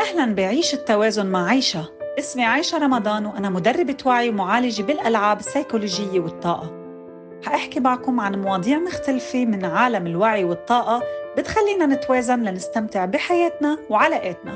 أهلاً بعيش التوازن مع عيشة. اسمي عيشة رمضان وأنا مدربة وعي ومعالجة بالألعاب السيكولوجية والطاقة. حأحكي معكم عن مواضيع مختلفة من عالم الوعي والطاقة بتخلينا نتوازن لنستمتع بحياتنا وعلاقاتنا.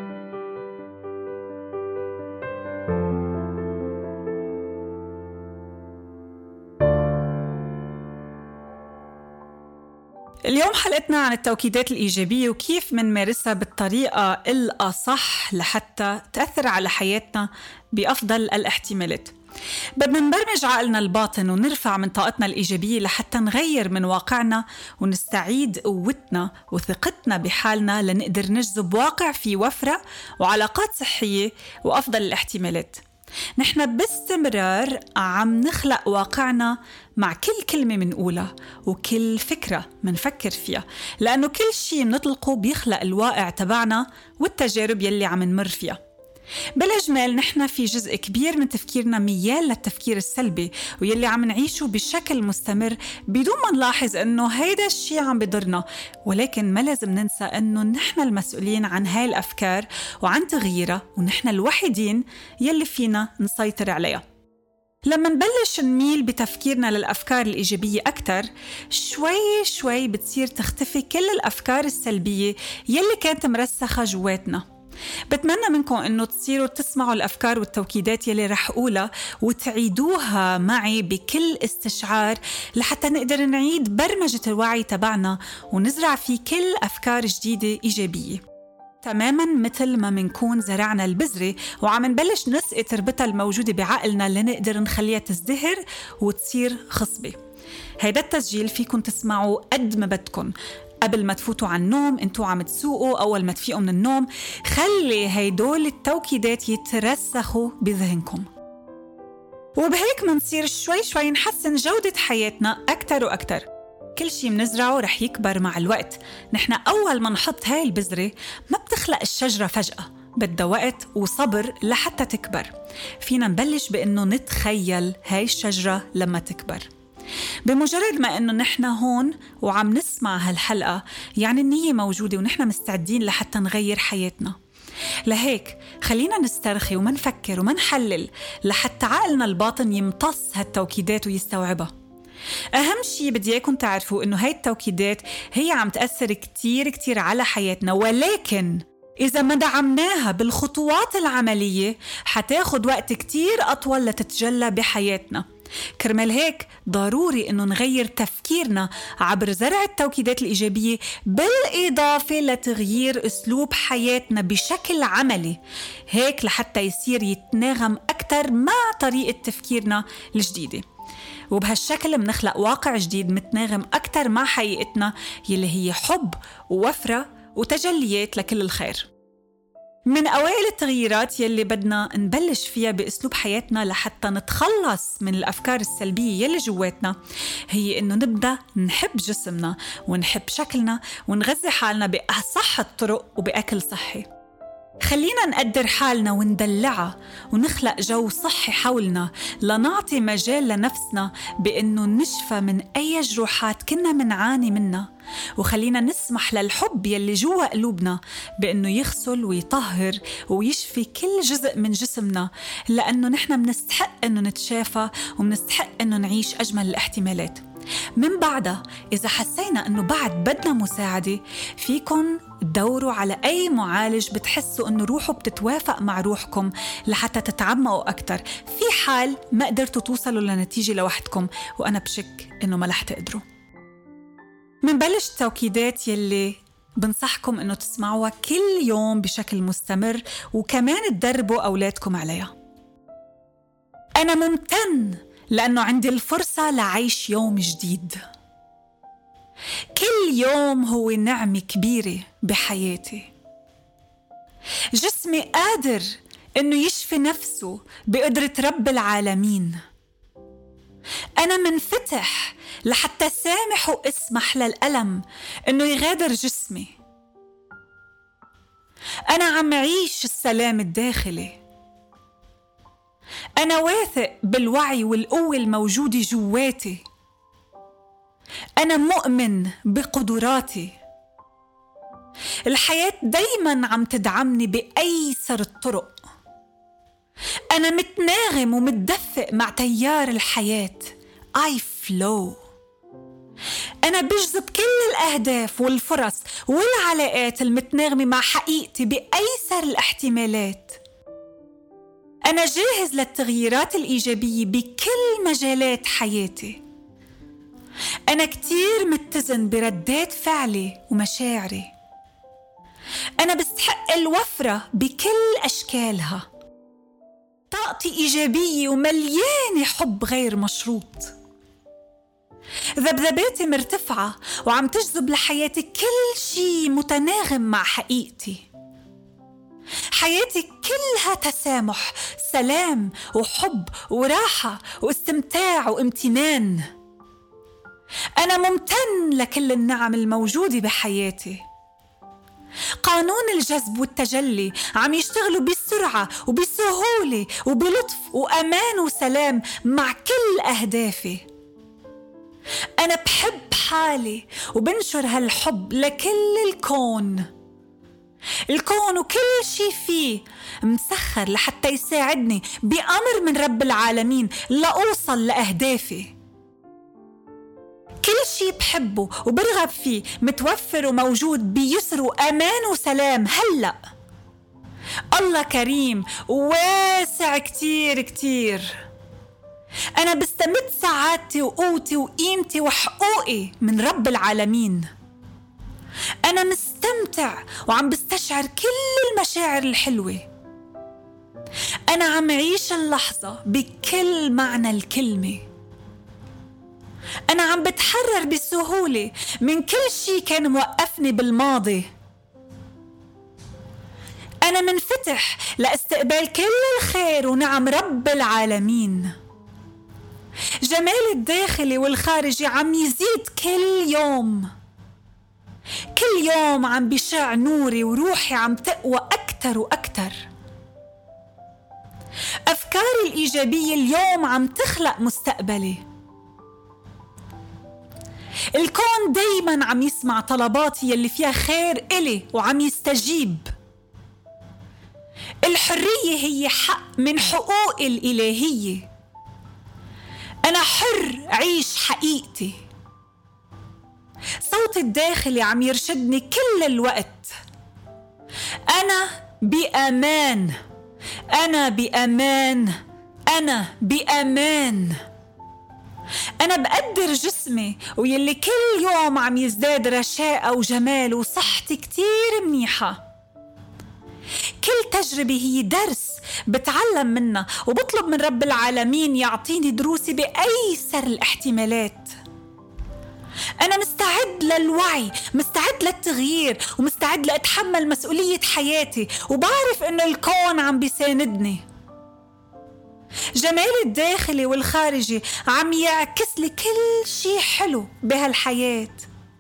اليوم حلقتنا عن التوكيدات الإيجابية وكيف منمارسها بالطريقة الأصح لحتى تأثر على حياتنا بأفضل الاحتمالات. بدنا نبرمج عقلنا الباطن ونرفع من طاقتنا الإيجابية لحتى نغير من واقعنا ونستعيد قوتنا وثقتنا بحالنا لنقدر نجذب واقع فيه وفرة وعلاقات صحية وأفضل الاحتمالات. نحن باستمرار عم نخلق واقعنا مع كل كلمة منقولها وكل فكرة منفكر فيها، لأنه كل شيء منطلقه بيخلق الواقع تبعنا والتجارب يلي عم نمر فيها. بالإجمال نحن في جزء كبير من تفكيرنا ميال للتفكير السلبي ويلي عم نعيشه بشكل مستمر بدون ما نلاحظ أنه هيدا الشيء عم بضرنا، ولكن ما لازم ننسى أنه نحن المسؤولين عن هاي الأفكار وعن تغييرها، ونحن الوحيدين يلي فينا نسيطر عليها. لما نبلش نميل بتفكيرنا للأفكار الإيجابية أكتر، شوي شوي بتصير تختفي كل الأفكار السلبية يلي كانت مرسخة جواتنا. بتمنى منكم أنه تصيروا تسمعوا الأفكار والتوكيدات يلي رح أقولها وتعيدوها معي بكل استشعار لحتى نقدر نعيد برمجة الوعي تبعنا ونزرع فيه كل أفكار جديدة إيجابية، تماماً مثل ما منكون زرعنا البذرة وعم نبلش نسقي تربتها الموجودة بعقلنا لنقدر نخليها تزدهر وتصير خصبة. هيدا التسجيل فيكن تسمعوا قد ما بدكن، قبل ما تفوتوا عن النوم، انتوا عم تسوقوا، أول ما تفيقوا من النوم. خلي هيدول التوكيدات يترسخوا بذهنكم، وبهيك منصير شوي شوي نحسن جودة حياتنا أكتر وأكتر. كل شي منزرعه رح يكبر مع الوقت. نحن أول ما نحط هاي البذرة ما بتخلق الشجرة فجأة، بدها وقت وصبر لحتى تكبر. فينا نبلش بأنه نتخيل هاي الشجرة لما تكبر. بمجرد ما أنه نحن هون وعم نسمع هالحلقة، يعني النية موجودة ونحن مستعدين لحتى نغير حياتنا. لهيك خلينا نسترخي وما نفكر وما نحلل لحتى عقلنا الباطن يمتص هالتوكيدات ويستوعبها. أهم شيء بدي إياكم تعرفوا إنه هاي التوكيدات هي عم تأثر كتير كتير على حياتنا، ولكن إذا ما دعمناها بالخطوات العملية حتاخد وقت كتير أطول لتتجلى بحياتنا. كرمال هيك ضروري إنه نغير تفكيرنا عبر زرع التوكيدات الإيجابية، بالإضافة لتغيير أسلوب حياتنا بشكل عملي، هيك لحتى يصير يتناغم أكتر مع طريقة تفكيرنا الجديدة. وبهالشكل منخلق واقع جديد متناغم أكتر مع حقيقتنا يلي هي حب ووفرة وتجليات لكل الخير. من أوائل التغييرات يلي بدنا نبلش فيها بأسلوب حياتنا لحتى نتخلص من الأفكار السلبية يلي جواتنا هي إنه نبدأ نحب جسمنا ونحب شكلنا ونغذي حالنا بأصح الطرق وبأكل صحي. خلينا نقدر حالنا وندلعها ونخلق جو صحي حولنا لنعطي مجال لنفسنا بأنه نشفى من أي جروحات كنا منعاني منها، وخلينا نسمح للحب يلي جوا قلوبنا بأنه يغسل ويطهر ويشفي كل جزء من جسمنا، لأنه نحن منستحق أنه نتشافى ومنستحق أنه نعيش أجمل الاحتمالات. من بعدها إذا حسينا أنه بعد بدنا مساعدة، فيكن دوروا على أي معالج بتحسوا أنه روحه بتتوافق مع روحكم لحتى تتعمقوا أكتر في حال ما قدرتوا توصلوا لنتيجة لوحدكم، وأنا بشك أنه ما رح تقدروا. منبلش التوكيدات يلي بنصحكم أنه تسمعوها كل يوم بشكل مستمر، وكمان تدربوا أولادكم عليها. أنا ممتن لأنه عندي الفرصة لعيش يوم جديد. كل يوم هو نعمة كبيرة بحياتي. جسمي قادر إنه يشفي نفسه بقدرة رب العالمين. أنا منفتح لحتى سامح واسمح للألم إنه يغادر جسمي. أنا عم عيش السلام الداخلي. أنا واثق بالوعي والقوة الموجودة جواتي. أنا مؤمن بقدراتي. الحياة دايماً عم تدعمني بأيسر الطرق. أنا متناغم ومتدفق مع تيار الحياة. I flow. أنا بجذب كل الأهداف والفرص والعلاقات المتناغمة مع حقيقتي بأيسر الاحتمالات. أنا جاهز للتغييرات الإيجابية بكل مجالات حياتي. أنا كتير متزن بردات فعلي ومشاعري. أنا بستحق الوفرة بكل أشكالها. طاقتي إيجابية ومليانة حب غير مشروط. ذبذباتي مرتفعة وعم تجذب لحياتي كل شي متناغم مع حقيقتي. حياتي كلها تسامح، سلام وحب وراحة واستمتاع وامتنان. أنا ممتن لكل النعم الموجودة بحياتي. قانون الجذب والتجلي عم يشتغلوا بسرعة وبسهولة وبلطف وأمان وسلام مع كل أهدافي. أنا بحب حالي وبنشر هالحب لكل الكون. الكون وكل شي فيه مسخر لحتى يساعدني بأمر من رب العالمين لأوصل لأهدافي. كل شي بحبه وبرغب فيه متوفر وموجود بيسر وأمان وسلام هلأ. الله كريم وواسع كتير كتير. أنا بستمد سعادتي وقوتي وقيمتي وحقوقي من رب العالمين. أنا مستمتع وعم بستشعر كل المشاعر الحلوة. أنا عم عيش اللحظة بكل معنى الكلمة. أنا عم بتحرر بسهولة من كل شي كان موقفني بالماضي. أنا منفتح لاستقبال كل الخير ونعم رب العالمين. جمال الداخلي والخارجي عم يزيد كل يوم. كل يوم عم بيشع نوري وروحي عم تقوى أكتر وأكتر. أفكاري الإيجابية اليوم عم تخلق مستقبلي. الكون دايماً عم يسمع طلباتي يلي فيها خير إلي وعم يستجيب. الحرية هي حق من حقوقي الإلهية. أنا حر عيش حقيقتي. صوت الداخلي عم يرشدني كل الوقت. أنا بأمان. أنا بأمان. أنا بأمان. أنا بقدر جسمي ويلي كل يوم عم يزداد رشاقة وجمال وصحتي كتير منيحة. كل تجربة هي درس بتعلم منها وبطلب من رب العالمين يعطيني دروسي بأيسر الاحتمالات. أنا مستعد للوعي، مستعد للتغيير، ومستعد لأتحمل مسؤولية حياتي، وبعرف إنه الكون عم بيساندني. جمال الداخلي والخارجي عم يعكس لي كل شي حلو بهالحياة.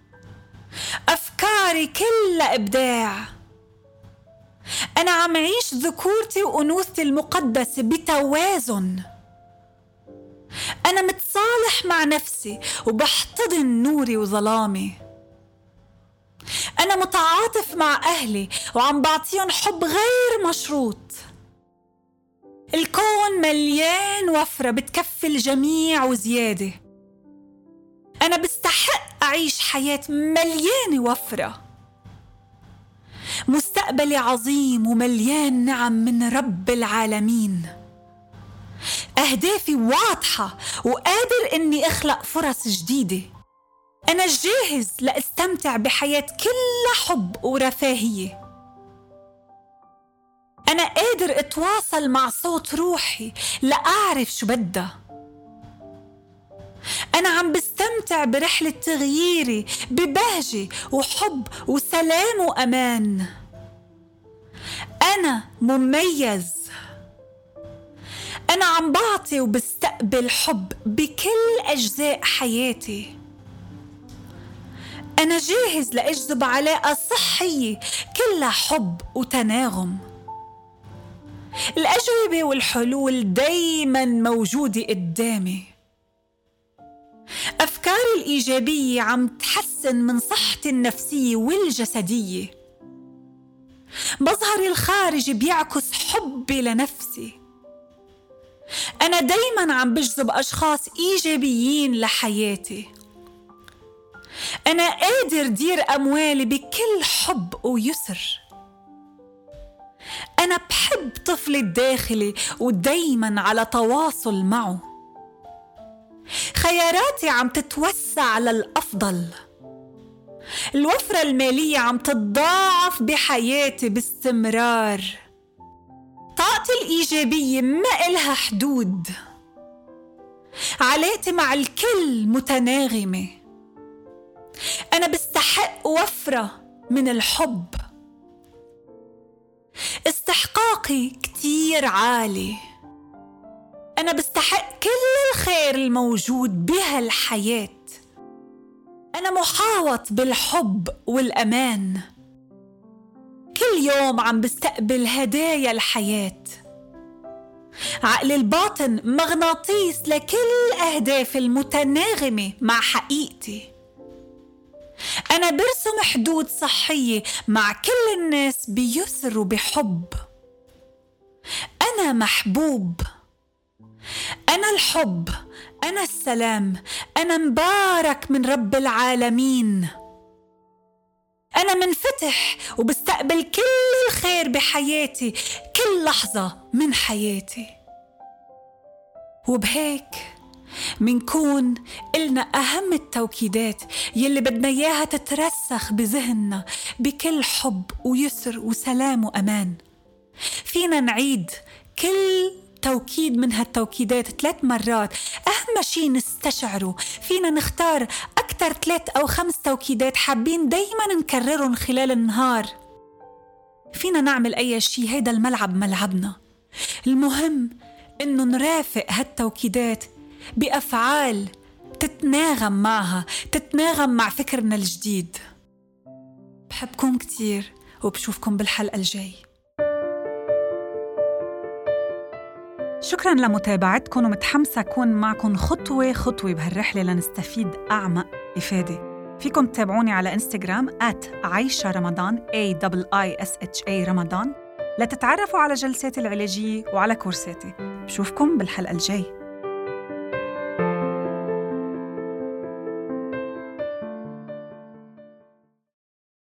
أفكاري كلها إبداع. أنا عم عيش ذكورتي وأنوثتي المقدسة بتوازن. أنا متصالح مع نفسي وبحتضن نوري وظلامي. أنا متعاطف مع أهلي وعم بعطيهم حب غير مشروط. الكون مليان وفرة بتكفي الجميع وزيادة. أنا بستحق أعيش حياة مليانة وفرة. مستقبلي عظيم ومليان نعم من رب العالمين. أهدافي واضحة وقادر إني أخلق فرص جديدة. أنا جاهز لأستمتع بحياة كلها حب ورفاهية. أنا قادر أتواصل مع صوت روحي لأعرف شو بدها. أنا عم بستمتع برحلة تغييري ببهجة وحب وسلام وأمان. أنا مميز. أنا عم بعطي وبستقبل حب بكل أجزاء حياتي. أنا جاهز لأجذب علاقة صحية كلها حب وتناغم. الأجوبة والحلول دايماً موجودة قدامي. أفكاري الإيجابية عم تحسن من صحتي النفسية والجسدية. مظهري الخارجي بيعكس حبي لنفسي. أنا دايماً عم بجذب أشخاص إيجابيين لحياتي. أنا قادر دير أموالي بكل حب ويسر. أنا بحب طفلي الداخلي ودايماً على تواصل معه. خياراتي عم تتوسع للأفضل. الوفرة المالية عم تتضاعف بحياتي باستمرار. طاقتي الإيجابية ما إلها حدود. علاقتي مع الكل متناغمة. أنا بستحق وفرة من الحب. استحقاقي كتير عالي. أنا بستحق كل الخير الموجود بهالحياة. أنا محاوط بالحب والأمان. كل يوم عم بستقبل هدايا الحياة. عقل الباطن مغناطيس لكل أهدافي المتناغمة مع حقيقتي. أنا برسم حدود صحية مع كل الناس بيسر وبحب. أنا محبوب. أنا الحب. أنا السلام. أنا مبارك من رب العالمين. أنا منفتح وبستقبل كل الخير بحياتي كل لحظة من حياتي. وبهيك منكون إلنا أهم التوكيدات يلي بدنا إياها تترسخ بذهننا بكل حب ويسر وسلام وأمان. فينا نعيد كل توكيد من هالتوكيدات 3 مرات. أهم شي نستشعره. فينا نختار أكتر 3 أو 5 توكيدات حابين دايما نكررهم خلال النهار. فينا نعمل أي شي. هيدا الملعب ملعبنا. المهم إنه نرافق هالتوكيدات بأفعال تتناغم معها، تتناغم مع فكرنا الجديد. بحبكم كتير وبشوفكم بالحلقة الجاي. شكراً لمتابعتكم ومتحمسة أكون معكم خطوة خطوة بهالرحلة لنستفيد أعمق إفادة. فيكم تتابعوني على إنستغرام @عايشة رمضان AIISHA رمضان لتتعرفوا على جلساتي العلاجية وعلى كورساتي. بشوفكم بالحلقة الجاي.